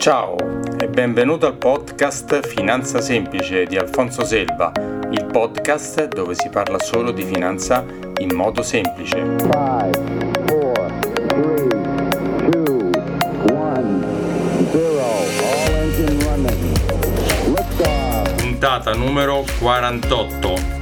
Ciao e benvenuto al podcast Finanza Semplice di Alfonso Selva, il podcast dove si parla solo di finanza in modo semplice. 5, 4, 3, 2, 1, 0, all engine running. Liftoff. Puntata numero 48.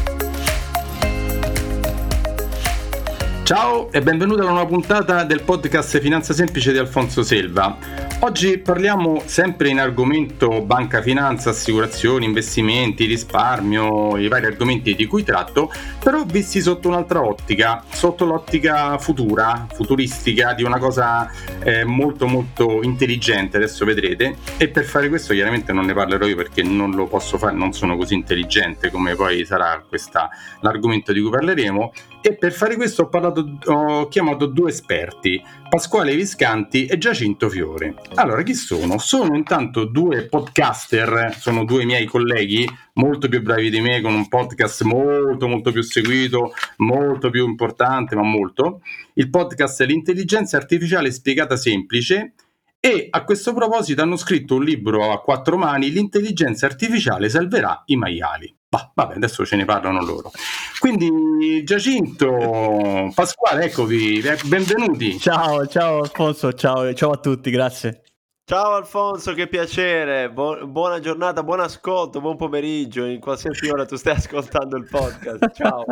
Ciao e benvenuto alla nuova puntata del podcast Finanza Semplice di Alfonso Selva. Oggi parliamo sempre in argomento banca, finanza, assicurazioni, investimenti, risparmio, i vari argomenti di cui tratto, però visti sotto un'altra ottica, sotto l'ottica futuristica di una cosa molto molto intelligente, adesso vedrete, e per fare questo chiaramente non ne parlerò io perché non lo posso fare, non sono così intelligente come poi sarà l'argomento di cui parleremo, e per fare questo ho chiamato due esperti, Pasquale Viscanti e Giacinto Fiore. Allora, chi sono? Sono intanto due podcaster, sono due miei colleghi molto più bravi di me, con un podcast molto molto più seguito, molto più importante, ma molto. Il podcast è L'intelligenza artificiale spiegata semplice, e a questo proposito hanno scritto un libro a 4 mani, L'intelligenza artificiale salverà i maiali. Vabbè, adesso ce ne parlano loro. Quindi Giacinto, Pasquale, eccovi, benvenuti. Ciao Alfonso, ciao a tutti, grazie. Ciao Alfonso, che piacere, buona giornata, buon ascolto, buon pomeriggio, in qualsiasi ora tu stai ascoltando il podcast, ciao.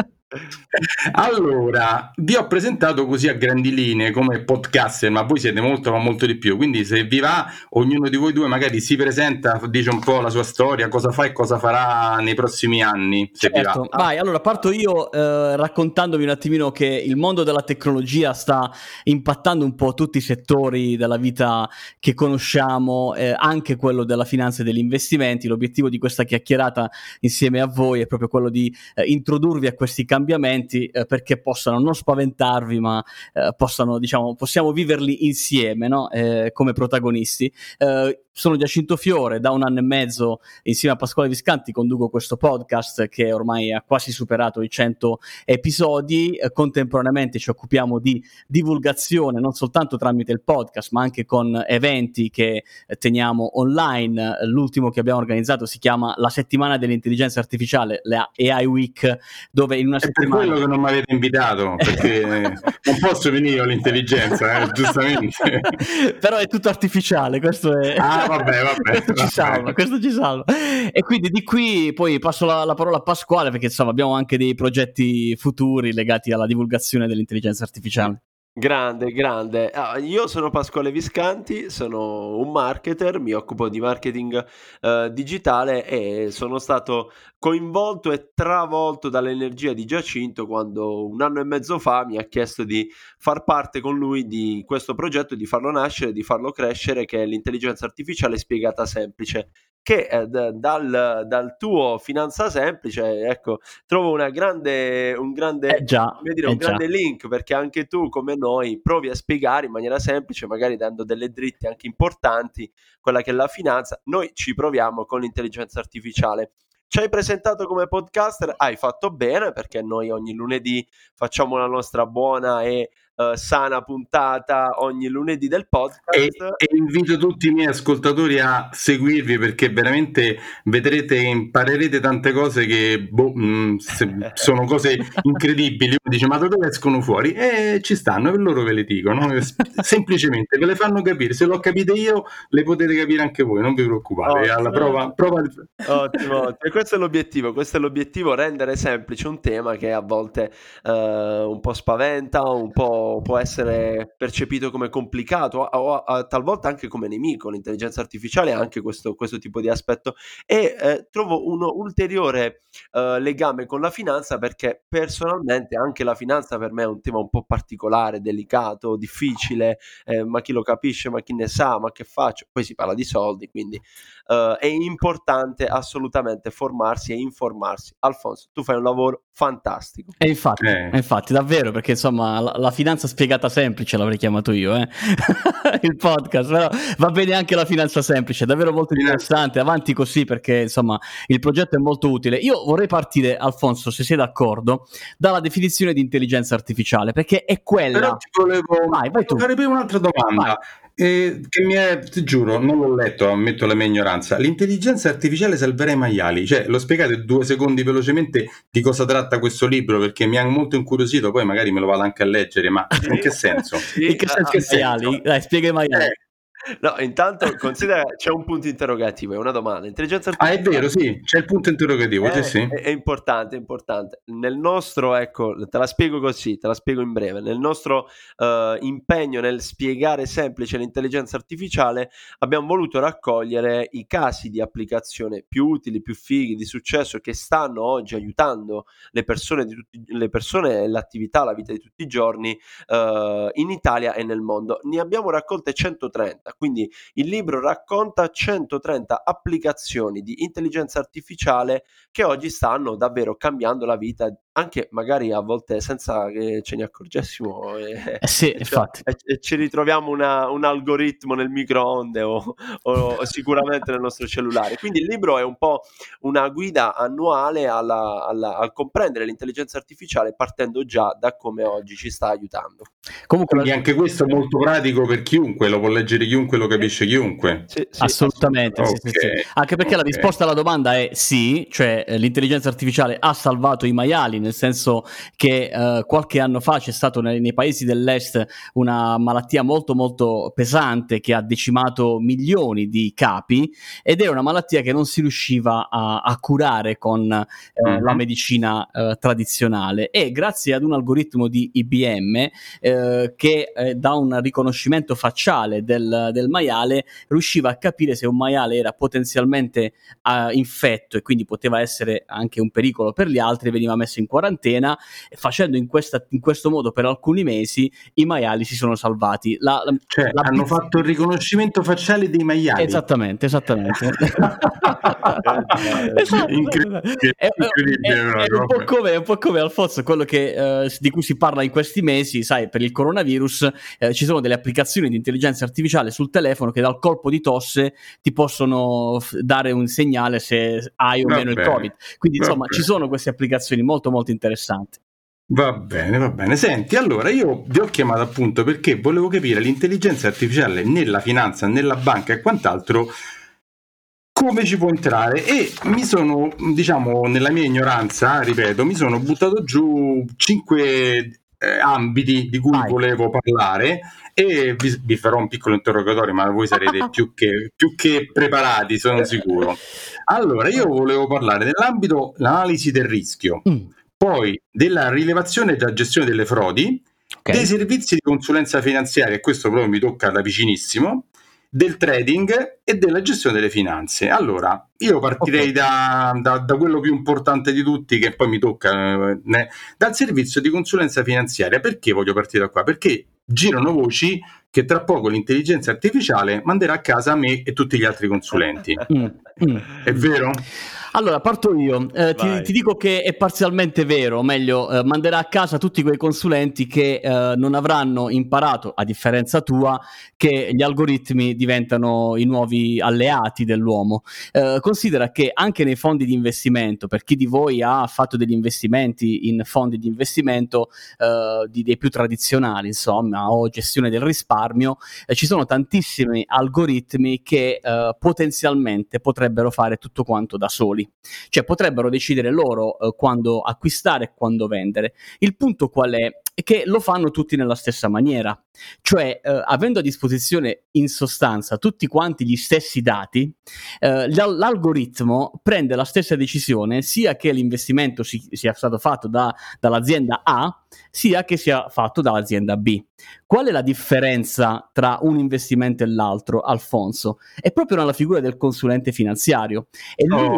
Allora, vi ho presentato così a grandi linee come podcaster, ma voi siete molto, ma molto di più, quindi se vi va, ognuno di voi due magari si presenta, dice un po' la sua storia, cosa fa e cosa farà nei prossimi anni, se vi va. Vai, allora parto io raccontandovi un attimino che il mondo della tecnologia sta impattando un po' tutti i settori della vita che conosciamo, anche quello della finanza e degli investimenti. L'obiettivo di questa chiacchierata insieme a voi è proprio quello di introdurvi a questi cambiamenti perché possano non spaventarvi, ma possiamo viverli insieme, no? Come protagonisti. Sono Giacinto Fiore, da 1 anno e mezzo insieme a Pasquale Viscanti conduco questo podcast che ormai ha quasi superato i 100 episodi. Contemporaneamente ci occupiamo di divulgazione non soltanto tramite il podcast, ma anche con eventi che teniamo online. L'ultimo che abbiamo organizzato si chiama la settimana dell'intelligenza artificiale, la AI Week, dove in una settimana... È per quello che non mi avete invitato, perché non posso venire all'intelligenza, giustamente. Però è tutto artificiale, questo è... Vabbè. Questo ci salva. E quindi di qui poi passo la parola a Pasquale, perché insomma abbiamo anche dei progetti futuri legati alla divulgazione dell'intelligenza artificiale. Grande. Io sono Pasquale Viscanti, sono un marketer, mi occupo di marketing digitale e sono stato coinvolto e travolto dall'energia di Giacinto quando 1 anno e mezzo fa mi ha chiesto di far parte con lui di questo progetto, di farlo nascere, di farlo crescere, che è l'intelligenza artificiale spiegata semplice, che dal tuo Finanza Semplice, ecco, trovo un grande link, perché anche tu come noi provi a spiegare in maniera semplice, magari dando delle dritte anche importanti, quella che è la finanza. Noi ci proviamo con l'intelligenza artificiale. Ci hai presentato come podcaster, hai fatto bene, perché noi ogni lunedì facciamo la nostra buona e sana puntata ogni lunedì del podcast, e invito tutti i miei ascoltatori a seguirvi, perché veramente vedrete, imparerete tante cose che sono cose incredibili. Uno dice: ma da dove escono fuori? E ci stanno, e loro ve le dicono, semplicemente ve le fanno capire. Se l'ho capite io, le potete capire anche voi, non vi preoccupate. Alla prova. Ottimo. E questo è l'obiettivo, rendere semplice un tema che a volte un po' spaventa, un po' può essere percepito come complicato o talvolta anche come nemico. L'intelligenza artificiale ha anche questo tipo di aspetto, e trovo un ulteriore legame con la finanza, perché personalmente anche la finanza per me è un tema un po' particolare, delicato, difficile, ma chi lo capisce, ma chi ne sa, ma che faccio? Poi si parla di soldi, quindi è importante assolutamente formarsi e informarsi. Alfonso, tu fai un lavoro fantastico. E infatti davvero, perché insomma la finanza spiegata semplice l'avrei chiamato io, il podcast, però va bene anche la finanza semplice, è davvero molto interessante, avanti così, perché insomma il progetto è molto utile. Io vorrei partire, Alfonso, se sei d'accordo, dalla definizione di intelligenza artificiale, perché è quella... Però ti volevo fare prima un'altra domanda. Ti giuro, non l'ho letto, ammetto la mia ignoranza. L'intelligenza artificiale salverà i maiali. Cioè, lo spiegate 2 secondi velocemente di cosa tratta questo libro, perché mi ha molto incuriosito, poi magari me lo vado anche a leggere, ma in che senso? In che senso i maiali? Dai, spiega i maiali. No, intanto considera c'è un punto interrogativo, è una domanda. Intelligenza È artificiale vero, sì, c'è il punto interrogativo, sì, sì. è importante, è importante. Nel nostro, ecco, te la spiego così, te la spiego in breve. Nel nostro impegno nel spiegare semplice l'intelligenza artificiale, abbiamo voluto raccogliere i casi di applicazione più utili, più fighi, di successo, che stanno oggi aiutando le persone e l'attività, la vita di tutti i giorni in Italia e nel mondo. Ne abbiamo raccolte 130, quindi il libro racconta 130 applicazioni di intelligenza artificiale che oggi stanno davvero cambiando la vita, anche magari a volte senza che ce ne accorgessimo, Sì, infatti. e ci ritroviamo un algoritmo nel microonde o sicuramente nel nostro cellulare. Quindi il libro è un po' una guida annuale al comprendere l'intelligenza artificiale, partendo già da come oggi ci sta aiutando. Comunque, Quindi anche questo è molto pratico per chiunque, lo può leggere chiunque, lo capisce chiunque. Sì, assolutamente. Sì. Anche perché la risposta alla domanda è sì, cioè l'intelligenza artificiale ha salvato i maiali, nel senso che qualche anno fa c'è stato nei paesi dell'est una malattia molto molto pesante che ha decimato milioni di capi, ed era una malattia che non si riusciva a curare con la medicina tradizionale, e grazie ad un algoritmo di IBM che da un riconoscimento facciale del maiale riusciva a capire se un maiale era potenzialmente infetto e quindi poteva essere anche un pericolo per gli altri, veniva messo in quarantena, e facendo in questo modo per alcuni mesi i maiali si sono salvati. Hanno fatto il riconoscimento facciale dei maiali. Esattamente. Incredibile. È un po' come Alfonso, quello di cui si parla in questi mesi, sai, per il coronavirus ci sono delle applicazioni di intelligenza artificiale sul telefono che dal colpo di tosse ti possono dare un segnale se hai o meno il Covid. Quindi insomma ci sono queste applicazioni molto molto interessanti. Va bene. Senti, allora io vi ho chiamato appunto perché volevo capire l'intelligenza artificiale nella finanza, nella banca e quant'altro, come ci può entrare, e mi sono, diciamo, nella mia ignoranza, ripeto, mi sono buttato giù 5 ambiti di cui volevo parlare, e vi farò un piccolo interrogatorio, ma voi sarete più che preparati, sono sicuro. Allora, io volevo parlare dell'ambito l'analisi del rischio, poi della rilevazione e della gestione delle frodi, dei servizi di consulenza finanziaria, e questo proprio mi tocca da vicinissimo, del trading e della gestione delle finanze. Allora, io partirei da quello più importante di tutti, che poi mi tocca, dal servizio di consulenza finanziaria. Perché voglio partire da qua? Perché girano voci che tra poco l'intelligenza artificiale manderà a casa me e tutti gli altri consulenti. È vero? Allora, parto io. Ti dico che è parzialmente vero, o meglio, manderà a casa tutti quei consulenti che non avranno imparato, a differenza tua, che gli algoritmi diventano i nuovi alleati dell'uomo. Considera che anche nei fondi di investimento, per chi di voi ha fatto degli investimenti in fondi di investimento dei più tradizionali, insomma, o gestione del risparmio, ci sono tantissimi algoritmi che potenzialmente potrebbero fare tutto quanto da soli. Cioè potrebbero decidere loro quando acquistare e quando vendere. Il punto qual è? È che lo fanno tutti nella stessa maniera, cioè avendo a disposizione in sostanza tutti quanti gli stessi dati, l'algoritmo prende la stessa decisione sia che l'investimento sia stato fatto dall'azienda A, sia che sia fatto dall'azienda B. Qual è la differenza tra un investimento e l'altro, Alfonso? È proprio nella figura del consulente finanziario. È lui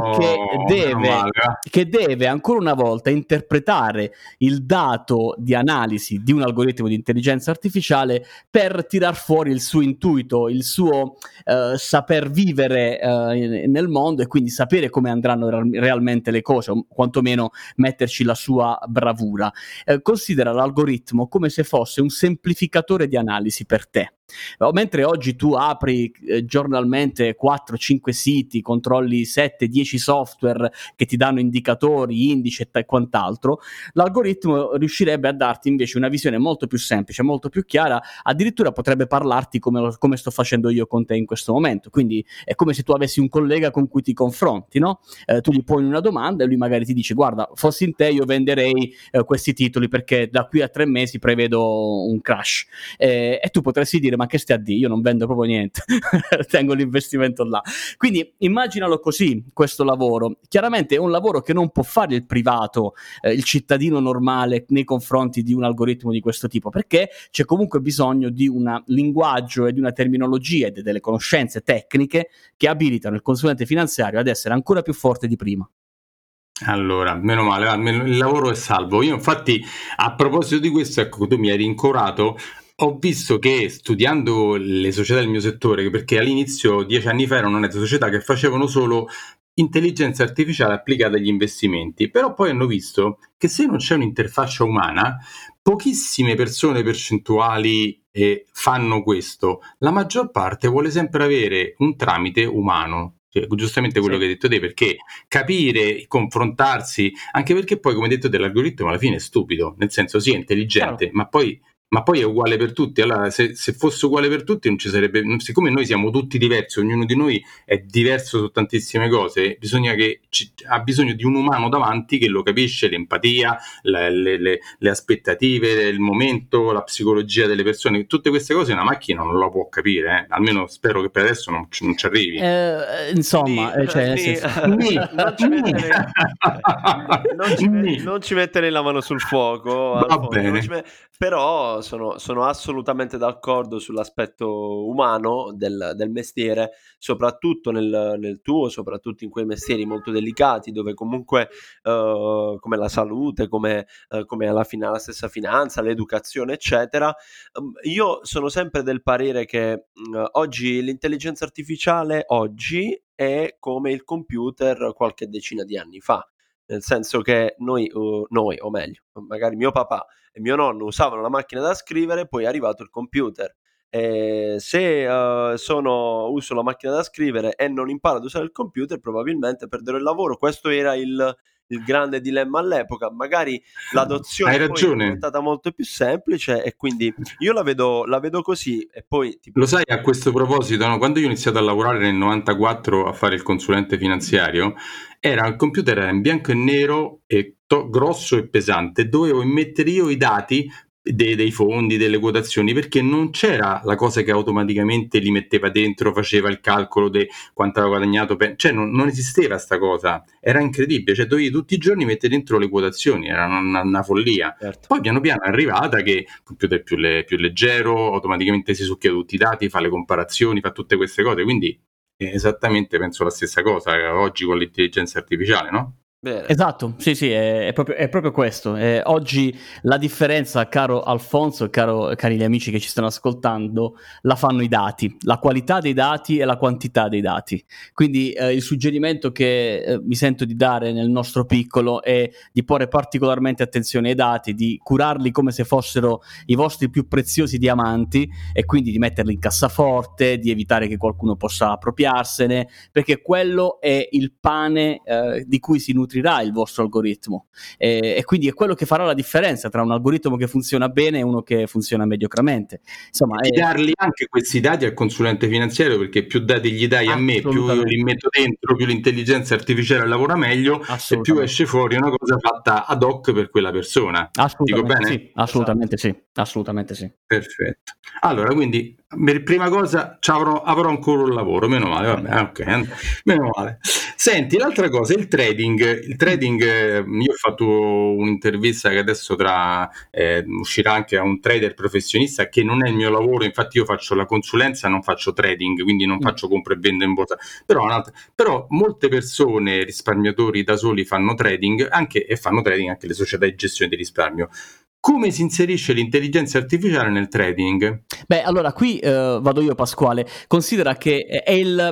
che deve ancora una volta interpretare il dato di analisi di un algoritmo di intelligenza artificiale per tirar fuori il suo intuito, il suo saper vivere nel mondo, e quindi sapere come andranno realmente le cose, o quantomeno metterci la sua bravura. Considera l'algoritmo come se fosse un semplificatore di analisi per te. Mentre oggi tu apri giornalmente 4-5 siti, controlli 7-10 software che ti danno indicatori, indici e quant'altro, l'algoritmo riuscirebbe a darti invece una visione molto più semplice, molto più chiara, addirittura potrebbe parlarti come sto facendo io con te in questo momento. Quindi è come se tu avessi un collega con cui ti confronti, no? Tu gli poni una domanda e lui magari ti dice: guarda, fossi in te io venderei questi titoli perché da qui a 3 mesi prevedo un crash, e tu potresti dire: ma che stai a dire, io non vendo proprio niente tengo l'investimento là. Quindi immaginalo così, questo lavoro chiaramente è un lavoro che non può fare il privato, il cittadino normale nei confronti di un algoritmo di questo tipo, perché c'è comunque bisogno di un linguaggio e di una terminologia e delle conoscenze tecniche che abilitano il consulente finanziario ad essere ancora più forte di prima. Allora, meno male, almeno il lavoro è salvo. Io infatti, a proposito di questo, ecco, tu mi hai rincuorato, ho visto che studiando le società del mio settore, perché all'inizio 10 anni fa erano nette società che facevano solo intelligenza artificiale applicata agli investimenti, però poi hanno visto che se non c'è un'interfaccia umana, pochissime persone percentuali fanno questo. La maggior parte vuole sempre avere un tramite umano. Cioè, giustamente quello che hai detto te, perché capire, confrontarsi, anche perché poi, come hai detto, dell'algoritmo alla fine è stupido, nel senso sì, è intelligente, ma poi è uguale per tutti. Allora, se fosse uguale per tutti non ci sarebbe, siccome noi siamo tutti diversi, ognuno di noi è diverso su tantissime cose, bisogna che ha bisogno di un umano davanti che lo capisce, l'empatia, le aspettative, il momento, la psicologia delle persone, tutte queste cose una macchina non lo può capire, almeno spero che per adesso non ci arrivi. Insomma, non ci mettere la mano sul fuoco, va bene. però sono assolutamente d'accordo sull'aspetto umano del mestiere, soprattutto nel tuo, soprattutto in quei mestieri molto delicati dove comunque come la salute, come la stessa finanza, l'educazione eccetera. Io sono sempre del parere che oggi l'intelligenza artificiale oggi è come il computer qualche decina di anni fa, nel senso che noi, o meglio, magari mio papà e mio nonno usavano la macchina da scrivere, poi è arrivato il computer. Se uso la macchina da scrivere e non imparo ad usare il computer, probabilmente perderò il lavoro. Questo era il grande dilemma all'epoca. Magari l'adozione poi è diventata molto più semplice e quindi io la vedo così. E poi lo sai, a questo proposito, no? Quando io ho iniziato a lavorare nel 94 a fare il consulente finanziario, il computer era in bianco e nero e grosso e pesante, dovevo immettere io i dati dei fondi, delle quotazioni, perché non c'era la cosa che automaticamente li metteva dentro, faceva il calcolo di quanto aveva guadagnato, cioè non esisteva sta cosa, era incredibile, cioè dovevi tutti i giorni mettere dentro le quotazioni, era una follia. Certo. Poi piano piano è arrivata che il computer è più leggero, automaticamente si succhia tutti i dati, fa le comparazioni, fa tutte queste cose, quindi esattamente penso la stessa cosa oggi con l'intelligenza artificiale, no? Bene. Esatto, sì, è proprio questo. Oggi la differenza, caro Alfonso e cari gli amici che ci stanno ascoltando, la fanno i dati, la qualità dei dati e la quantità dei dati. Quindi il suggerimento che mi sento di dare nel nostro piccolo è di porre particolarmente attenzione ai dati, di curarli come se fossero i vostri più preziosi diamanti e quindi di metterli in cassaforte, di evitare che qualcuno possa appropriarsene, perché quello è il pane di cui si nutrirà il vostro algoritmo, e quindi è quello che farà la differenza tra un algoritmo che funziona bene e uno che funziona mediocramente. Insomma, di darli anche questi dati al consulente finanziario, perché più dati gli dai a me, più io li metto dentro, più l'intelligenza artificiale lavora meglio e più esce fuori una cosa fatta ad hoc per quella persona. Dico bene? Sì, assolutamente sì. Perfetto. Allora, quindi prima cosa avrò ancora un lavoro, meno male, vabbè, ok, meno male. Senti, l'altra cosa, il trading, io ho fatto un'intervista che adesso uscirà anche a un trader professionista, che non è il mio lavoro, infatti io faccio la consulenza, non faccio trading, quindi non faccio compra e vendo in borsa, però molte persone, risparmiatori da soli, fanno trading e fanno trading anche le società di gestione di risparmio. come si inserisce l'intelligenza artificiale nel trading? Beh, allora qui vado io, Pasquale. Considera che è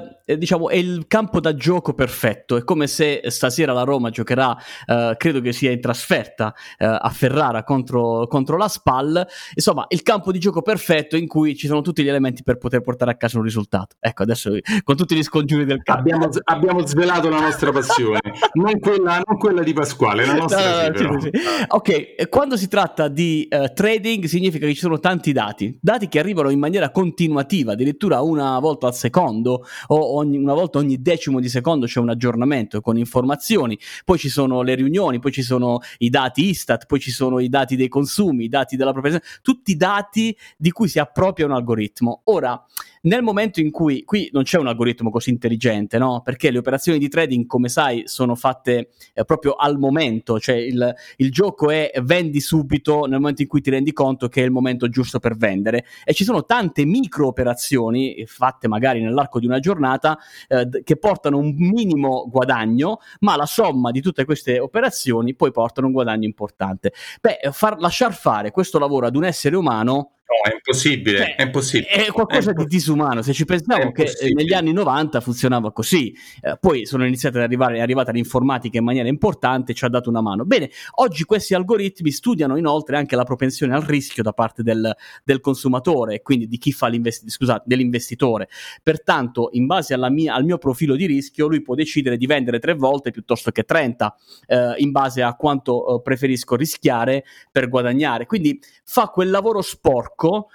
il campo da gioco perfetto. È come se stasera la Roma giocherà, credo che sia in trasferta a Ferrara contro la SPAL. Insomma, il campo di gioco perfetto in cui ci sono tutti gli elementi per poter portare a casa un risultato. Ecco, adesso con tutti gli scongiuri del campo. Abbiamo svelato la nostra passione, non quella di Pasquale, la nostra sì, però. Sì. Ok, quando si tratta di trading significa che ci sono tanti dati che arrivano in maniera continuativa, addirittura una volta al secondo o una volta ogni decimo di secondo c'è un aggiornamento con informazioni, poi ci sono le riunioni, poi ci sono i dati Istat, poi ci sono i dati dei consumi, i dati della propria, tutti dati di cui si appropria un algoritmo. Ora, nel momento in cui qui non c'è un algoritmo così intelligente, no? Perché le operazioni di trading, come sai, sono fatte proprio al momento, cioè il gioco è vendi subito nel momento in cui ti rendi conto che è il momento giusto per vendere, e ci sono tante micro operazioni fatte magari nell'arco di una giornata che portano un minimo guadagno, ma la somma di tutte queste operazioni poi portano un guadagno importante. Lasciar fare questo lavoro ad un essere umano, no, è impossibile, è impossibile. È qualcosa di disumano. Se ci pensiamo che negli anni 90 funzionava così, poi sono iniziate è arrivata l'informatica in maniera importante, ci ha dato una mano. Bene, oggi questi algoritmi studiano inoltre anche la propensione al rischio da parte del consumatore, quindi di chi fa dell'investitore. Pertanto, in base al mio profilo di rischio, lui può decidere di vendere 3 volte piuttosto che 30, in base a quanto preferisco rischiare per guadagnare. Quindi fa quel lavoro sporco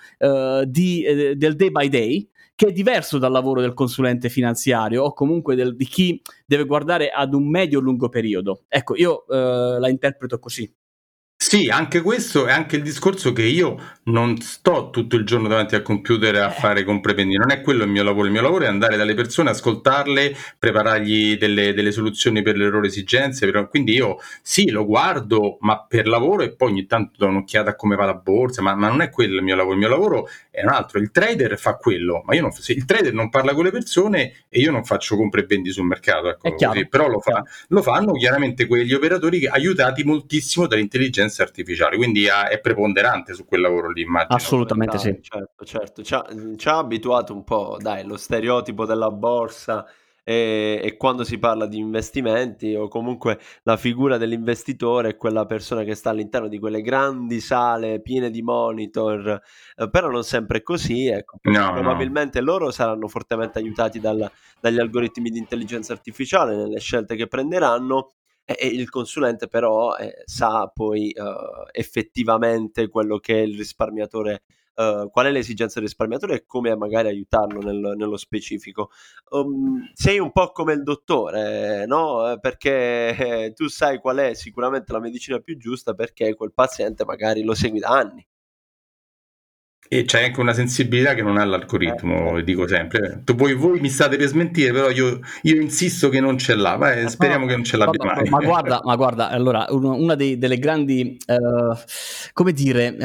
del day by day, che è diverso dal lavoro del consulente finanziario o comunque di chi deve guardare ad un medio-lungo periodo. Ecco, io la interpreto così. Sì, anche questo è anche il discorso che io non sto tutto il giorno davanti al computer a fare comprependi, non è quello il mio lavoro è andare dalle persone, ascoltarle, preparargli delle soluzioni per le loro esigenze, quindi io sì, lo guardo, ma per lavoro, e poi ogni tanto do un'occhiata a come va la borsa, ma non è quello il mio lavoro è un altro. Il trader fa quello, ma il trader non parla con le persone e io non faccio comprependi sul mercato, ecco, così. Però lo fanno chiaramente quegli operatori che, aiutati moltissimo dall'intelligenza artificiale, quindi è preponderante su quel lavoro lì, immagino. Assolutamente sì. Certo. Ci ha abituato un po', dai, lo stereotipo della borsa, e quando si parla di investimenti, o comunque la figura dell'investitore è quella persona che sta all'interno di quelle grandi sale piene di monitor, però non sempre è così, ecco. Probabilmente loro saranno fortemente aiutati dagli algoritmi di intelligenza artificiale nelle scelte che prenderanno, e il consulente però sa poi effettivamente quello che è il risparmiatore, qual è l'esigenza del risparmiatore e come magari aiutarlo nello specifico. Sei un po' come il dottore, no? Perché tu sai qual è sicuramente la medicina più giusta, perché quel paziente magari lo segui da anni. E c'è anche una sensibilità che non ha l'algoritmo, dico sempre. Voi mi state per smentire, però io insisto che non ce l'ha, speriamo che non ce l'abbia mai. Ma guarda, allora, una delle grandi, come dire,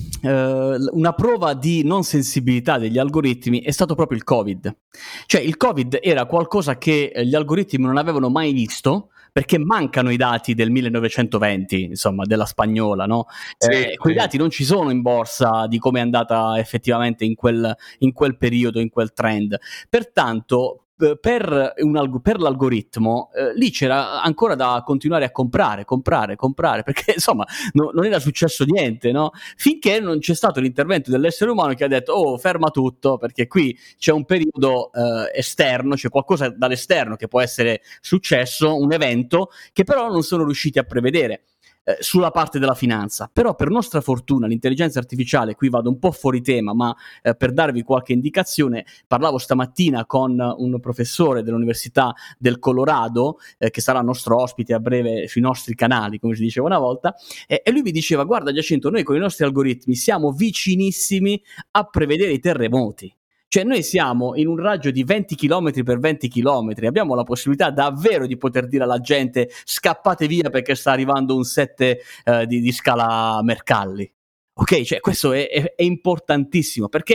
una prova di non sensibilità degli algoritmi è stato proprio il Covid. Cioè, il Covid era qualcosa che gli algoritmi non avevano mai visto, perché mancano i dati del 1920, insomma, della spagnola, no? Quei dati non ci sono in borsa di come è andata effettivamente in quel periodo, in quel trend. Pertanto, per l'algoritmo lì c'era ancora da continuare a comprare, perché insomma non era successo niente, no? Finché non c'è stato l'intervento dell'essere umano che ha detto: oh, ferma tutto, perché qui c'è un periodo esterno, c'è qualcosa dall'esterno che può essere successo, un evento che però non sono riusciti a prevedere. Sulla parte della finanza. Però per nostra fortuna l'intelligenza artificiale, qui vado un po' fuori tema, ma per darvi qualche indicazione, parlavo stamattina con un professore dell'Università del Colorado, che sarà nostro ospite a breve sui nostri canali, come si diceva una volta, e lui mi diceva: guarda Giacinto, noi con i nostri algoritmi siamo vicinissimi a prevedere i terremoti. Cioè noi siamo in un raggio di 20 km per 20 km, abbiamo la possibilità davvero di poter dire alla gente: scappate via perché sta arrivando un 7 di scala Mercalli. Ok, cioè questo è importantissimo, perché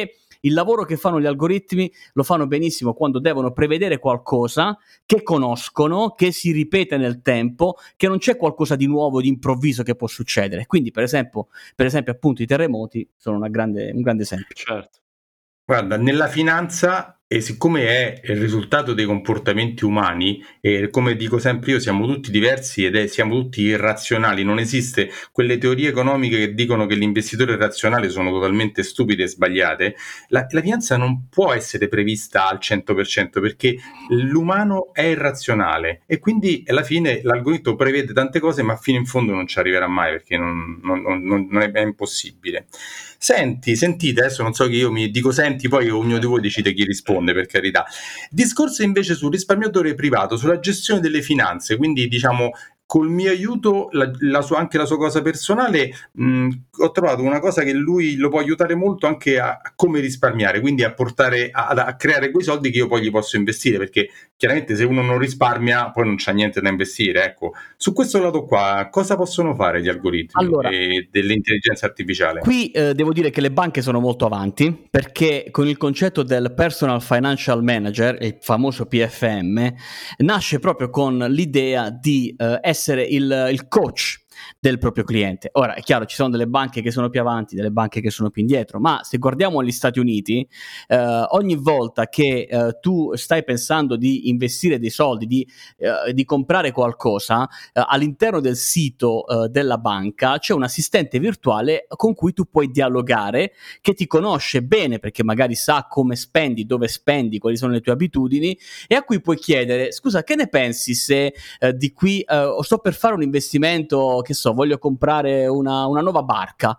il lavoro che fanno gli algoritmi lo fanno benissimo quando devono prevedere qualcosa che conoscono, che si ripete nel tempo, che non c'è qualcosa di nuovo, di improvviso che può succedere. Quindi per esempio appunto i terremoti sono un grande esempio. Certo. Guarda, nella finanza, e siccome è il risultato dei comportamenti umani, e come dico sempre io, siamo tutti diversi siamo tutti irrazionali, non esiste quelle teorie economiche che dicono che l'investitore irrazionale sono totalmente stupide e sbagliate. La finanza non può essere prevista al 100% perché l'umano è irrazionale e quindi alla fine l'algoritmo prevede tante cose ma fino in fondo non ci arriverà mai perché non è impossibile. Sentite, adesso non so che io mi dico senti, poi ognuno di voi decide chi risponde, per carità. Discorso invece sul risparmiatore privato, sulla gestione delle finanze, quindi diciamo col mio aiuto, anche la sua cosa personale, ho trovato una cosa che lui lo può aiutare molto anche a come risparmiare, quindi a portare a creare quei soldi che io poi gli posso investire, perché chiaramente se uno non risparmia poi non c'ha niente da investire. Ecco, su questo lato qua cosa possono fare gli algoritmi dell'intelligenza artificiale? Qui devo dire che le banche sono molto avanti, perché con il concetto del Personal Financial Manager, il famoso PFM, nasce proprio con l'idea di essere il coach del proprio cliente. Ora è chiaro, ci sono delle banche che sono più avanti, delle banche che sono più indietro, ma se guardiamo agli Stati Uniti, ogni volta che tu stai pensando di investire dei soldi, di comprare qualcosa, all'interno del sito della banca c'è un assistente virtuale con cui tu puoi dialogare, che ti conosce bene perché magari sa come spendi, dove spendi, quali sono le tue abitudini, e a cui puoi chiedere: scusa, che ne pensi se di qui sto per fare un investimento, che so, voglio comprare una nuova barca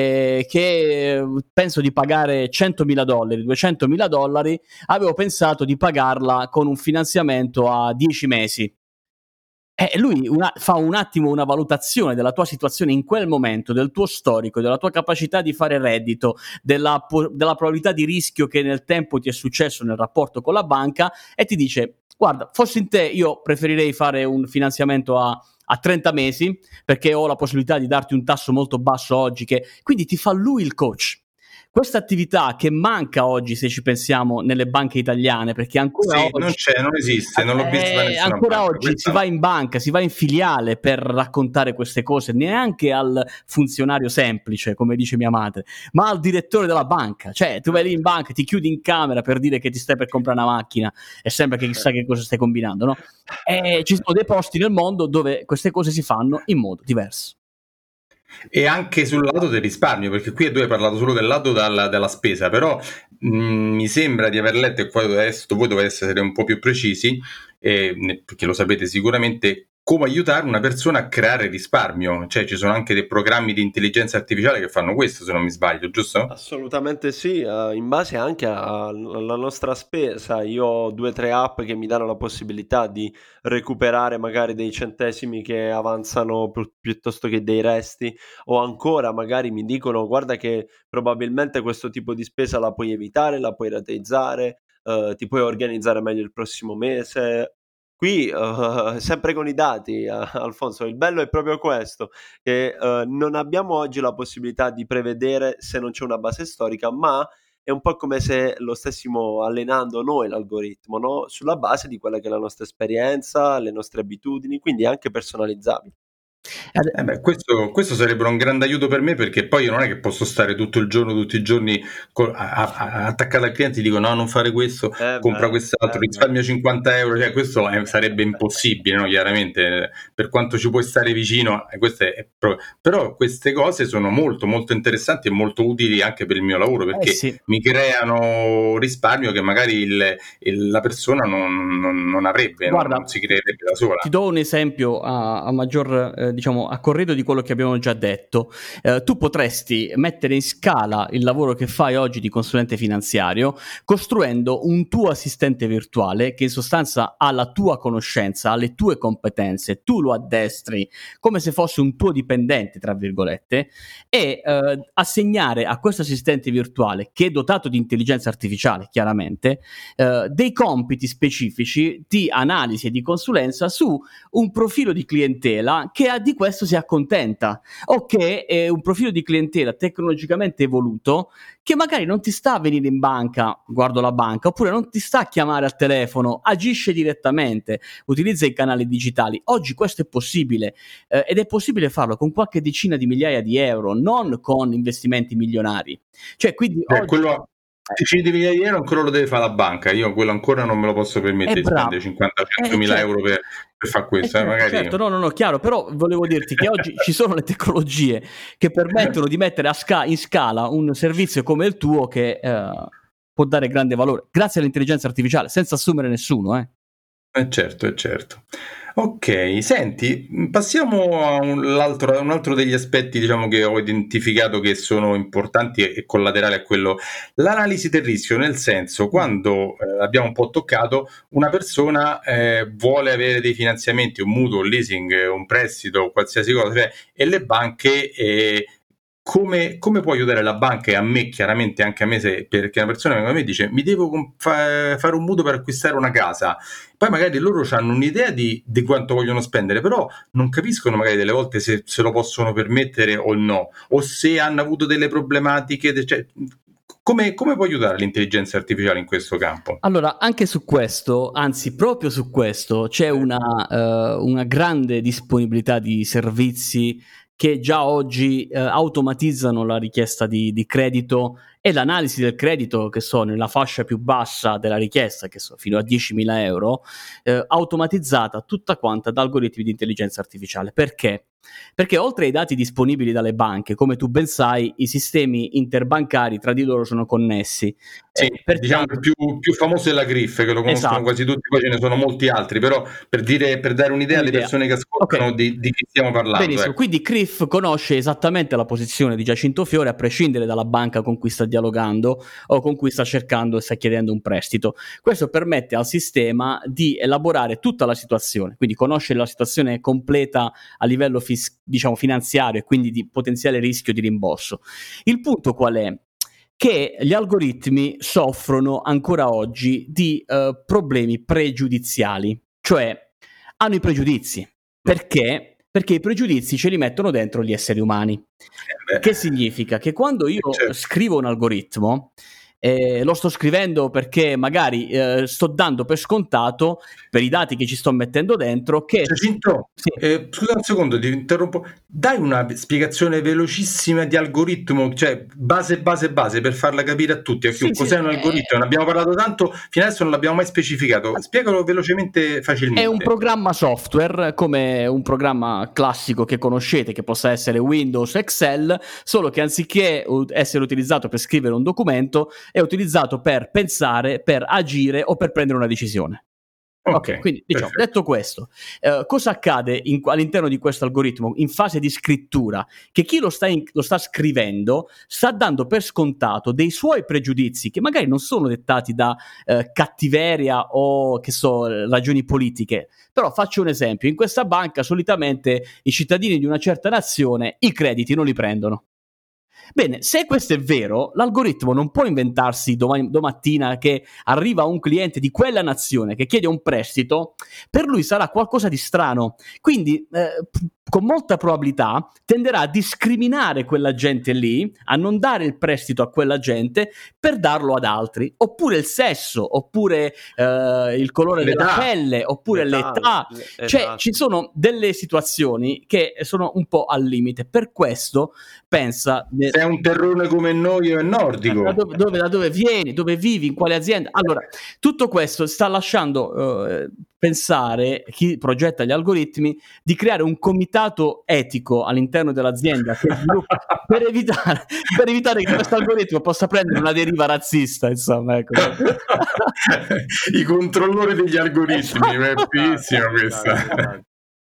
che penso di pagare $100.000, $200.000, avevo pensato di pagarla con un finanziamento a 10 mesi. Lui fa un attimo una valutazione della tua situazione in quel momento, del tuo storico, della tua capacità di fare reddito, della probabilità di rischio che nel tempo ti è successo nel rapporto con la banca, e ti dice: guarda, fossi in te io preferirei fare un finanziamento a 30 mesi perché ho la possibilità di darti un tasso molto basso oggi, quindi ti fa lui il coach. Questa attività che manca oggi, se ci pensiamo, nelle banche italiane, perché ancora oggi non esiste, non l'ho visto da nessuna ancora banca. Oggi si va in banca, si va in filiale per raccontare queste cose, neanche al funzionario semplice, come dice mia madre, ma al direttore della banca. Cioè, tu vai lì in banca, ti chiudi in camera per dire che ti stai per comprare una macchina e sembra che chissà che cosa stai combinando, no? E ci sono dei posti nel mondo dove queste cose si fanno in modo diverso. E anche sul lato del risparmio, perché qui tu hai parlato solo del lato della spesa, però mi sembra di aver letto, e poi adesso voi dovete essere un po' più precisi, perché lo sapete sicuramente, come aiutare una persona a creare risparmio. Cioè ci sono anche dei programmi di intelligenza artificiale che fanno questo, se non mi sbaglio, giusto? Assolutamente sì, in base anche alla nostra spesa. Io ho 2-3 app che mi danno la possibilità di recuperare magari dei centesimi che avanzano piuttosto che dei resti, o ancora magari mi dicono: guarda che probabilmente questo tipo di spesa la puoi evitare, la puoi rateizzare, ti puoi organizzare meglio il prossimo mese. Qui sempre con i dati, Alfonso, il bello è proprio questo, che non abbiamo oggi la possibilità di prevedere se non c'è una base storica, ma è un po' come se lo stessimo allenando noi l'algoritmo, no? Sulla base di quella che è la nostra esperienza, le nostre abitudini, quindi è anche personalizzabile. Questo sarebbe un grande aiuto per me, perché poi io non è che posso stare tutti i giorni attaccato al cliente e dico no, non fare questo, compra quest'altro, risparmia 50 euro, cioè questo sarebbe impossibile, no? Chiaramente, per quanto ci puoi stare vicino, però queste cose sono molto molto interessanti e molto utili anche per il mio lavoro, perché sì, mi creano risparmio che magari la persona non avrebbe. Guarda, non si creerebbe da sola. Ti do un esempio a maggior, diciamo, a corredo di quello che abbiamo già detto. Tu potresti mettere in scala il lavoro che fai oggi di consulente finanziario costruendo un tuo assistente virtuale che in sostanza ha la tua conoscenza, ha le tue competenze, tu lo addestri come se fosse un tuo dipendente, tra virgolette, e assegnare a questo assistente virtuale, che è dotato di intelligenza artificiale chiaramente, dei compiti specifici di analisi e di consulenza su un profilo di clientela che di questo si accontenta, o che è un profilo di clientela tecnologicamente evoluto che magari non ti sta a venire in banca, guardo la banca, oppure non ti sta a chiamare al telefono, agisce direttamente, utilizza i canali digitali. Oggi questo è possibile, ed è possibile farlo con qualche decina di migliaia di euro, non con investimenti milionari. Cioè, quindi oggi... quello decine di migliaia di euro ancora lo deve fare la banca, io quello ancora non me lo posso permettere di spendere 50-100 mila euro per fare questo, certo, magari... certo, no, chiaro, però volevo dirti che oggi ci sono le tecnologie che permettono di mettere in scala un servizio come il tuo che può dare grande valore, grazie all'intelligenza artificiale, senza assumere nessuno. Certo. Ok, senti, passiamo a un altro degli aspetti, diciamo, che ho identificato che sono importanti e collaterali a quello, l'analisi del rischio, nel senso, quando abbiamo un po' toccato, una persona vuole avere dei finanziamenti, un mutuo, un leasing, un prestito, qualsiasi cosa, cioè, e le banche... Come può aiutare la banca, e a me chiaramente anche a me, perché una persona venga a me e dice mi devo fare un mutuo per acquistare una casa, poi magari loro hanno un'idea di quanto vogliono spendere, però non capiscono magari delle volte se lo possono permettere o no, o se hanno avuto delle problematiche, cioè, come può aiutare l'intelligenza artificiale in questo campo? Allora, anche su questo, anzi proprio su questo, c'è una grande disponibilità di servizi che già oggi automatizzano la richiesta di credito e l'analisi del credito, che sono nella fascia più bassa della richiesta, che sono fino a 10.000 euro, automatizzata tutta quanta da algoritmi di intelligenza artificiale. Perché? Perché oltre ai dati disponibili dalle banche, come tu ben sai, i sistemi interbancari tra di loro sono connessi. Sì, diciamo che il più famoso è la GRIF, che lo conoscono quasi tutti, poi ce ne sono molti altri, però per dare un'idea alle persone che ascoltano di chi stiamo parlando. Benissimo, quindi CRIF conosce esattamente la posizione di Giacinto Fiore, a prescindere dalla banca con cui sta dialogando o con cui sta cercando e sta chiedendo un prestito. Questo permette al sistema di elaborare tutta la situazione, quindi conoscere la situazione completa a livello finanziario e quindi di potenziale rischio di rimborso. Il punto qual è? Che gli algoritmi soffrono ancora oggi di problemi pregiudiziali, cioè hanno i pregiudizi. Perché? Perché i pregiudizi ce li mettono dentro gli esseri umani. Che significa? Che quando io scrivo un algoritmo, lo sto scrivendo perché magari sto dando per scontato, per i dati che ci sto mettendo dentro, che... Giacinto, scusa un secondo, ti interrompo. Dai una spiegazione velocissima di algoritmo, cioè base per farla capire a tutti. Cos'è un algoritmo? Ne abbiamo parlato tanto, fino adesso non l'abbiamo mai specificato. Spiegalo velocemente, facilmente. È un programma software, come un programma classico che conoscete, che possa essere Windows, Excel, solo che anziché essere utilizzato per scrivere un documento, è utilizzato per pensare, per agire o per prendere una decisione. Ok, quindi diciamo, detto questo, cosa accade all'interno di questo algoritmo in fase di scrittura? Che chi lo sta scrivendo sta dando per scontato dei suoi pregiudizi che magari non sono dettati da cattiveria o ragioni politiche. Però faccio un esempio: in questa banca solitamente i cittadini di una certa nazione i crediti non li prendono. Bene, se questo è vero, l'algoritmo non può inventarsi domattina che arriva un cliente di quella nazione che chiede un prestito, per lui sarà qualcosa di strano, quindi con molta probabilità tenderà a discriminare quella gente lì, a non dare il prestito a quella gente per darlo ad altri, oppure il sesso, oppure il colore della pelle, oppure l'età. Cioè ci sono delle situazioni che sono un po' al limite. Per questo pensa... Sei un terrone come noi o è nordico? Da dove vieni, dove vivi, in quale azienda? Allora, tutto questo sta lasciando pensare chi progetta gli algoritmi di creare un comitato etico all'interno dell'azienda che sviluppa per evitare che questo algoritmo possa prendere una deriva razzista, insomma, ecco. I controllori degli algoritmi, è bellissima questa.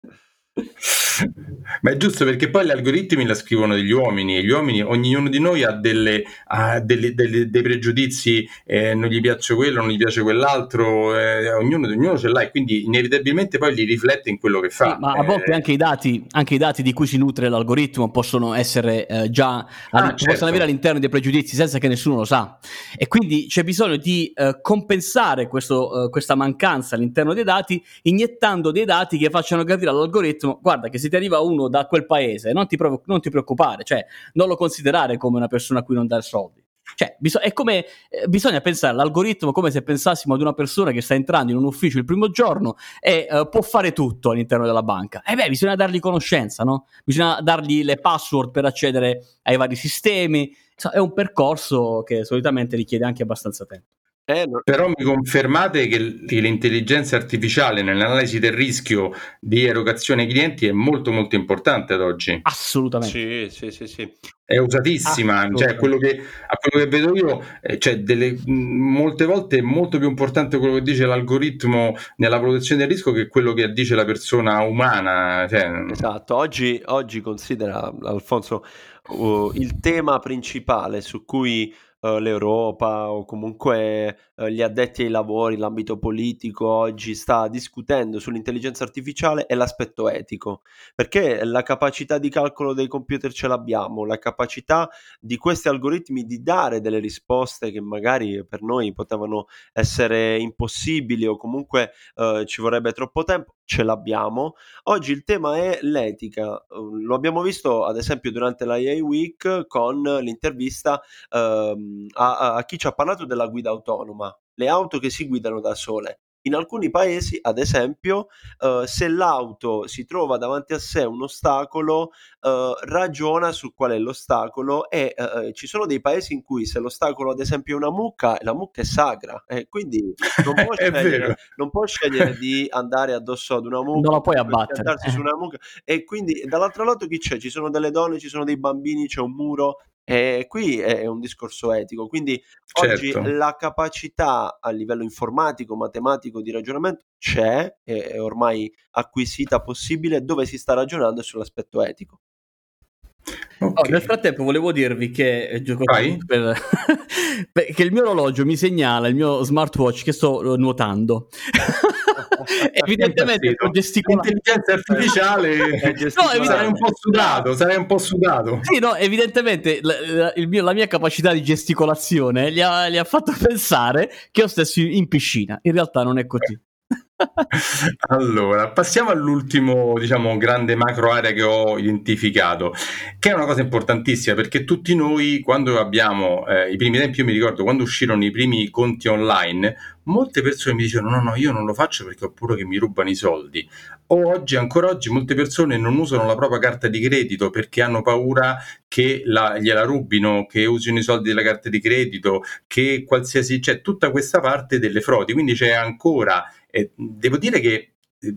Ma è giusto, perché poi gli algoritmi la scrivono degli uomini, e gli uomini, ognuno di noi ha dei pregiudizi, non gli piace quello, non gli piace quell'altro, ognuno ce l'ha, e quindi inevitabilmente poi li riflette in quello che fa. Sì, ma a volte anche i dati di cui si nutre l'algoritmo possono essere possono avere all'interno dei pregiudizi senza che nessuno lo sa, e quindi c'è bisogno di compensare questa mancanza all'interno dei dati, iniettando dei dati che facciano capire all'algoritmo: guarda, guarda che se ti arriva uno da quel paese non ti preoccupare, cioè non lo considerare come una persona a cui non dare soldi. Cioè, è come bisogna pensare all'algoritmo come se pensassimo ad una persona che sta entrando in un ufficio il primo giorno e può fare tutto all'interno della banca. Bisogna dargli conoscenza, no? Bisogna dargli le password per accedere ai vari sistemi. È un percorso che solitamente richiede anche abbastanza tempo. Però mi confermate che l'intelligenza artificiale nell'analisi del rischio di erogazione ai clienti è molto molto importante ad oggi? Assolutamente. Sì. È usatissima, cioè a quello che vedo io, molte volte è molto più importante quello che dice l'algoritmo nella protezione del rischio che quello che dice la persona umana. Esatto, oggi considera, Alfonso, il tema principale su cui l'Europa o comunque gli addetti ai lavori, l'ambito politico oggi sta discutendo sull'intelligenza artificiale è l'aspetto etico, perché la capacità di calcolo dei computer ce l'abbiamo, la capacità di questi algoritmi di dare delle risposte che magari per noi potevano essere impossibili o comunque ci vorrebbe troppo tempo, ce l'abbiamo. Oggi il tema è l'etica. Lo abbiamo visto ad esempio durante la AI Week con l'intervista a chi ci ha parlato della guida autonoma, le auto che si guidano da sole. In alcuni paesi, ad esempio, se l'auto si trova davanti a sé un ostacolo, ragiona su qual è l'ostacolo e ci sono dei paesi in cui se l'ostacolo ad esempio è una mucca, la mucca è sacra e quindi non può scegliere di andare addosso ad una mucca, non la puoi abbattere, su una mucca. E quindi dall'altro lato chi c'è? Ci sono delle donne, ci sono dei bambini, c'è un muro. E qui è un discorso etico, quindi oggi la capacità a livello informatico, matematico di ragionamento c'è, è ormai acquisita, possibile, dove si sta ragionando sull'aspetto etico. Okay. Nel frattempo volevo dirvi che che il mio orologio mi segnala, il mio smartwatch, che sto nuotando. Evidentemente l'intelligenza artificiale sarei un po' sudato. Sì, no, evidentemente la mia capacità di gesticolazione gli ha fatto pensare che io stessi in piscina. In realtà non è così. Allora, passiamo all'ultimo, grande macro area che ho identificato, che è una cosa importantissima, perché tutti noi, quando abbiamo i primi tempi, io mi ricordo quando uscirono i primi conti online, molte persone mi dicevano no, io non lo faccio perché ho paura che mi rubano i soldi. Ancora oggi molte persone non usano la propria carta di credito perché hanno paura che gliela rubino, che usino i soldi della carta di credito, che c'è tutta questa parte delle frodi, quindi c'è ancora. Devo dire che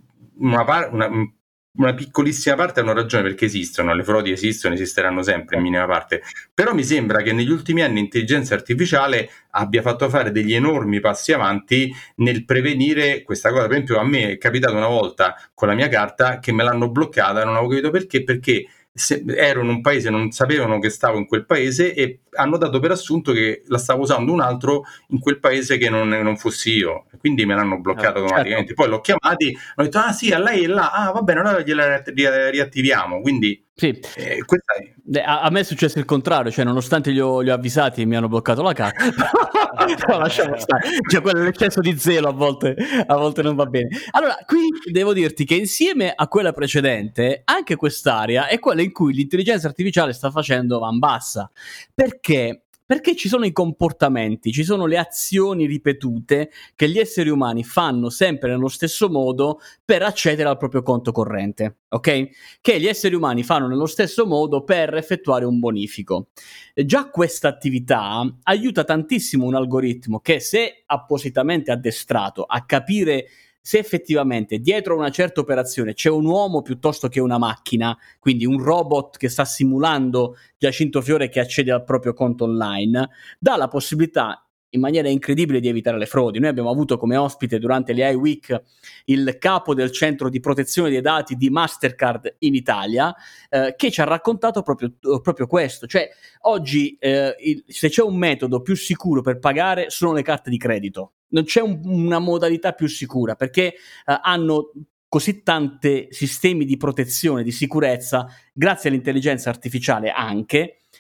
una piccolissima parte hanno ragione, perché esistono, le frodi esisteranno sempre in minima parte, però mi sembra che negli ultimi anni l'intelligenza artificiale abbia fatto fare degli enormi passi avanti nel prevenire questa cosa. Per esempio a me è capitato una volta con la mia carta che me l'hanno bloccata, non avevo capito perché ero in un paese, non sapevano che stavo in quel paese e hanno dato per assunto che la stavo usando un altro in quel paese che non fossi io, quindi me l'hanno bloccato automaticamente. Poi l'ho chiamati, hanno detto sì, a lei è là, va bene, allora gliela riattiviamo, quindi sì. A me è successo il contrario, cioè nonostante li ho avvisati e mi hanno bloccato la carta. No, lasciamo stare, cioè l'eccesso di zelo a volte non va bene. Allora, qui devo dirti che insieme a quella precedente, anche quest'area è quella in cui l'intelligenza artificiale sta facendo van bassa. Perché ci sono i comportamenti, ci sono le azioni ripetute che gli esseri umani fanno sempre nello stesso modo per accedere al proprio conto corrente, ok? Che gli esseri umani fanno nello stesso modo per effettuare un bonifico. Già questa attività aiuta tantissimo un algoritmo che, se appositamente addestrato a capire se effettivamente dietro una certa operazione c'è un uomo piuttosto che una macchina, quindi un robot che sta simulando Giacinto Fiore che accede al proprio conto online, dà la possibilità in maniera incredibile di evitare le frodi. Noi abbiamo avuto come ospite durante le AI Week il capo del centro di protezione dei dati di Mastercard in Italia, che ci ha raccontato proprio questo. Cioè oggi se c'è un metodo più sicuro per pagare sono le carte di credito. Non c'è una modalità più sicura, perché hanno così tanti sistemi di protezione, di sicurezza, grazie all'intelligenza artificiale anche,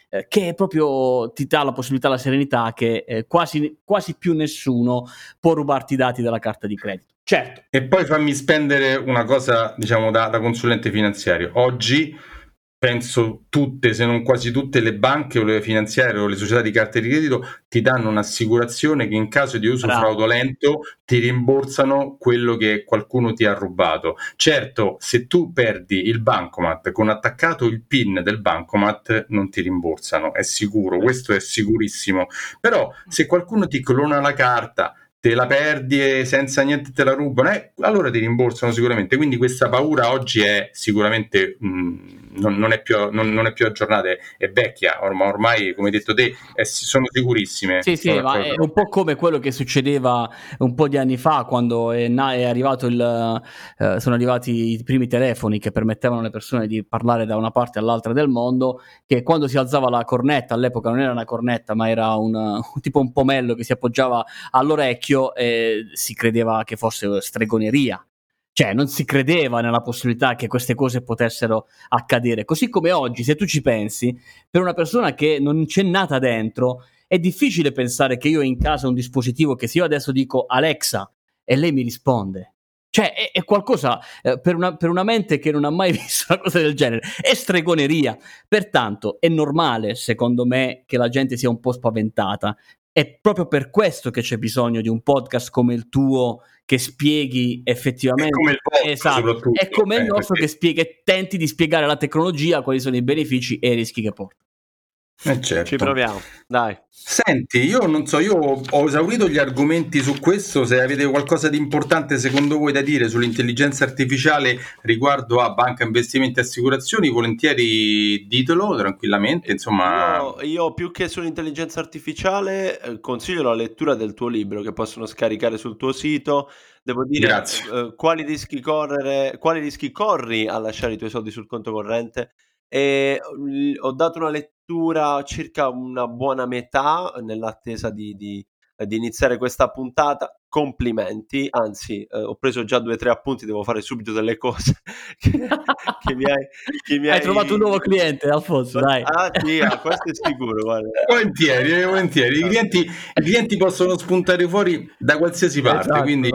che proprio ti dà la possibilità, la serenità che quasi più nessuno può rubarti i dati della carta di credito. Certo. E poi fammi spendere una cosa, diciamo, da consulente finanziario. Oggi penso tutte, se non quasi tutte, le banche o le finanziarie o le società di carte di credito ti danno un'assicurazione che in caso di uso fraudolento ti rimborsano quello che qualcuno ti ha rubato. Certo, se tu perdi il bancomat con attaccato il PIN del bancomat non ti rimborsano, è sicuro, questo è sicurissimo. Però se qualcuno ti clona la carta, te la perdi e senza niente te la rubano, allora ti rimborsano sicuramente. Quindi questa paura oggi è sicuramente non è più aggiornata, è vecchia, ormai come hai detto te sono sicurissime. Sì, ma è un po' come quello che succedeva un po' di anni fa quando è arrivato sono arrivati i primi telefoni che permettevano alle persone di parlare da una parte all'altra del mondo, che quando si alzava la cornetta, all'epoca non era una cornetta ma era un tipo un pomello che si appoggiava all'orecchio, si credeva che fosse stregoneria. Cioè, non si credeva nella possibilità che queste cose potessero accadere. Così come oggi, se tu ci pensi, per una persona che non c'è nata dentro, è difficile pensare che io ho in casa un dispositivo che se io adesso dico Alexa e lei mi risponde. Cioè, è qualcosa per una mente che non ha mai visto una cosa del genere. È stregoneria. Pertanto, è normale, secondo me, che la gente sia un po' spaventata. È proprio per questo che c'è bisogno di un podcast come il tuo che spieghi effettivamente, come il vostro, esatto, è come il nostro che tenti di spiegare la tecnologia, quali sono i benefici e i rischi che porta. Certo. Ci proviamo, dai. Senti, io non so, io ho esaurito gli argomenti su questo. Se avete qualcosa di importante secondo voi da dire sull'intelligenza artificiale riguardo a banca, investimenti e assicurazioni, volentieri ditelo tranquillamente, insomma. Io più che sull'intelligenza artificiale consiglio la lettura del tuo libro che possono scaricare sul tuo sito. Devo dire, quali rischi corri a lasciare i tuoi soldi sul conto corrente, e ho dato una lettura circa una buona metà nell'attesa di iniziare questa puntata. Complimenti, anzi ho preso già 2 o 3 appunti, devo fare subito delle cose che mi hai trovato un nuovo cliente, Alfonso, dai. Sì, questo è sicuro, guarda. Volentieri. I clienti possono spuntare fuori da qualsiasi parte, esatto, quindi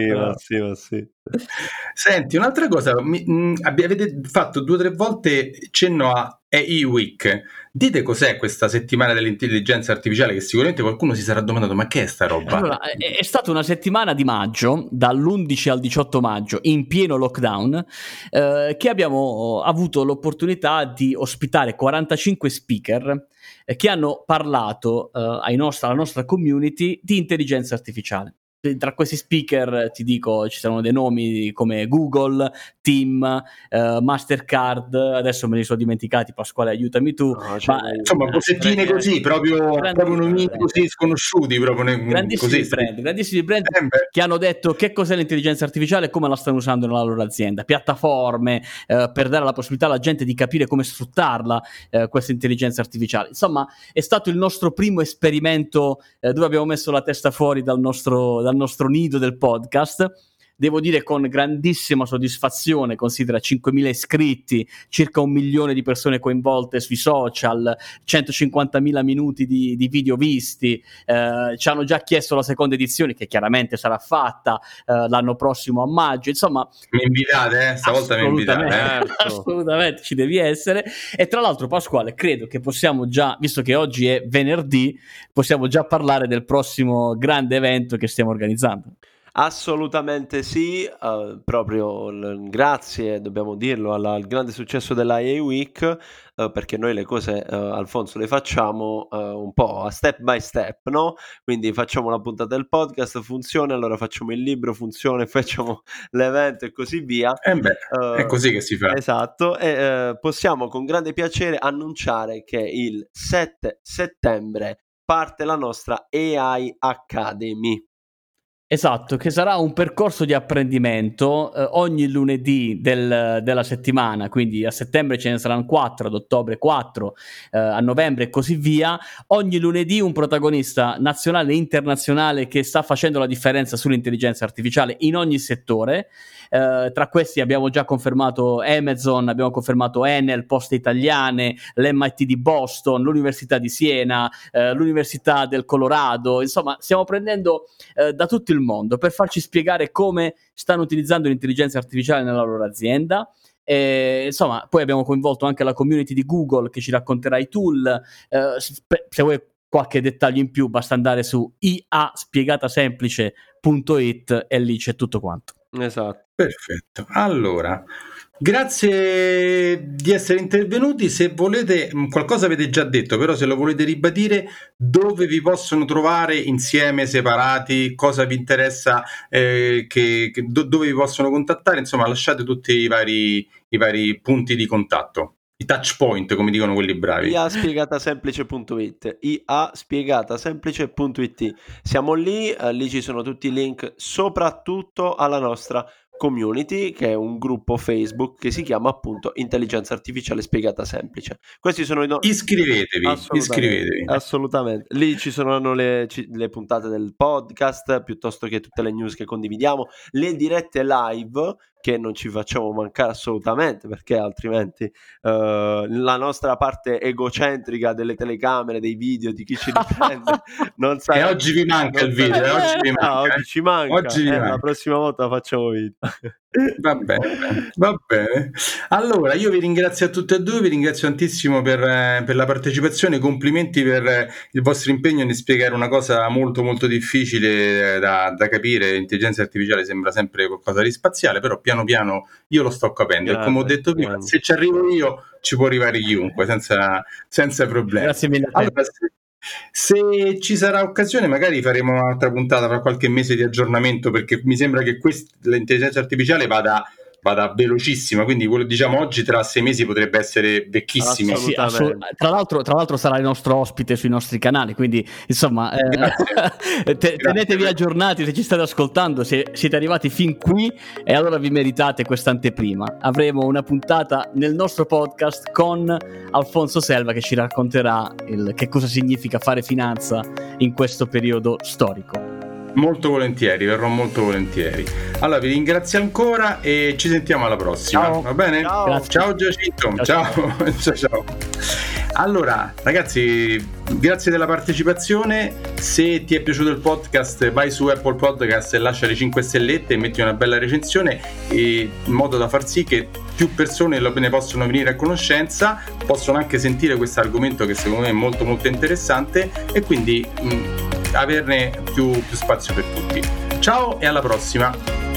sì. Senti, un'altra cosa, avete fatto 2 o 3 volte cenno a AI Week. Dite cos'è questa settimana dell'intelligenza artificiale, che sicuramente qualcuno si sarà domandato ma che è sta roba? Allora, è stata una settimana di maggio, dall'11 al 18 maggio, in pieno lockdown, che abbiamo avuto l'opportunità di ospitare 45 speaker che hanno parlato alla nostra community di intelligenza artificiale. Tra questi speaker ti dico ci sono dei nomi come Google, Tim, Mastercard, adesso me li sono dimenticati, Pasquale aiutami tu, ma insomma cosettine così, proprio nomi così sconosciuti, grandissimi brand che hanno detto che cos'è l'intelligenza artificiale e come la stanno usando nella loro azienda, piattaforme per dare la possibilità alla gente di capire come sfruttarla, questa intelligenza artificiale. Insomma, è stato il nostro primo esperimento dove abbiamo messo la testa fuori dal nostro nido del podcast. Devo dire con grandissima soddisfazione, considera 5.000 iscritti, circa 1 milione di persone coinvolte sui social, 150.000 minuti di video visti, ci hanno già chiesto la seconda edizione che chiaramente sarà fatta l'anno prossimo a maggio, insomma. Mi invitate, stavolta mi invitate. Assolutamente, ci devi essere. E tra l'altro Pasquale, credo che possiamo già, visto che oggi è venerdì, possiamo già parlare del prossimo grande evento che stiamo organizzando. Assolutamente sì, proprio grazie, dobbiamo dirlo, al grande successo della AI Week, perché noi le cose, Alfonso, le facciamo un po' a step by step, no? Quindi facciamo la puntata del podcast, funziona, allora facciamo il libro, funziona, facciamo l'evento e così via. È così che si fa. Esatto, e possiamo con grande piacere annunciare che il 7 settembre parte la nostra AI Academy. Esatto, che sarà un percorso di apprendimento ogni lunedì della settimana, quindi a settembre ce ne saranno 4, ad ottobre 4, a novembre e così via. Ogni lunedì un protagonista nazionale e internazionale che sta facendo la differenza sull'intelligenza artificiale in ogni settore. Tra questi abbiamo già confermato Amazon, abbiamo confermato Enel, Poste Italiane, l'MIT di Boston, l'Università di Siena, l'Università del Colorado. Insomma, stiamo prendendo da tutto il mondo per farci spiegare come stanno utilizzando l'intelligenza artificiale nella loro azienda. Insomma, poi abbiamo coinvolto anche la community di Google che ci racconterà i tool. Se vuoi qualche dettaglio in più basta andare su iaspiegatasemplice.it e lì c'è tutto quanto. Esatto. Perfetto. Allora, grazie di essere intervenuti. Se volete, qualcosa avete già detto, però se lo volete ribadire, dove vi possono trovare insieme, separati, cosa vi interessa, dove vi possono contattare, insomma lasciate tutti i vari punti di contatto. I touch point, come dicono quelli bravi. iaspiegatasemplice.it. Siamo lì ci sono tutti i link, soprattutto alla nostra community, che è un gruppo Facebook che si chiama appunto Intelligenza Artificiale Spiegata Semplice. Questi sono iscrivetevi. Assolutamente. Lì ci saranno le puntate del podcast, piuttosto che tutte le news che condividiamo, le dirette live che non ci facciamo mancare assolutamente, perché altrimenti la nostra parte egocentrica delle telecamere, dei video, di chi ci riprende non sa. E oggi vi manca il video, oggi ci manca. La prossima volta facciamo video. Va bene. Allora, io vi ringrazio a tutti e due, vi ringrazio tantissimo per la partecipazione, complimenti per il vostro impegno nel spiegare una cosa molto molto difficile da capire. L'intelligenza artificiale sembra sempre qualcosa di spaziale, però piano piano io lo sto capendo, e come ho detto prima, se ci arrivo io ci può arrivare chiunque senza problemi. Grazie mille. Allora, se ci sarà occasione magari faremo un'altra puntata fra qualche mese di aggiornamento, perché mi sembra che l'intelligenza artificiale vada velocissima, quindi quello diciamo oggi tra 6 mesi potrebbe essere vecchissimo. Sì, tra l'altro sarà il nostro ospite sui nostri canali, quindi insomma tenetevi aggiornati se ci state ascoltando, se siete arrivati fin qui e allora vi meritate questa anteprima. Avremo una puntata nel nostro podcast con Alfonso Selva che ci racconterà che cosa significa fare finanza in questo periodo storico. Molto volentieri, verrò molto volentieri. Allora vi ringrazio ancora e ci sentiamo alla prossima. Ciao. Va bene? Ciao Giacinto. Ciao. Allora ragazzi, grazie della partecipazione. Se ti è piaciuto il podcast, vai su Apple Podcast e lascia le 5 stellette e metti una bella recensione, in modo da far sì che più persone ne possono venire a conoscenza, possono anche sentire questo argomento che secondo me è molto molto interessante, e quindi averne più spazio per tutti. Ciao e alla prossima.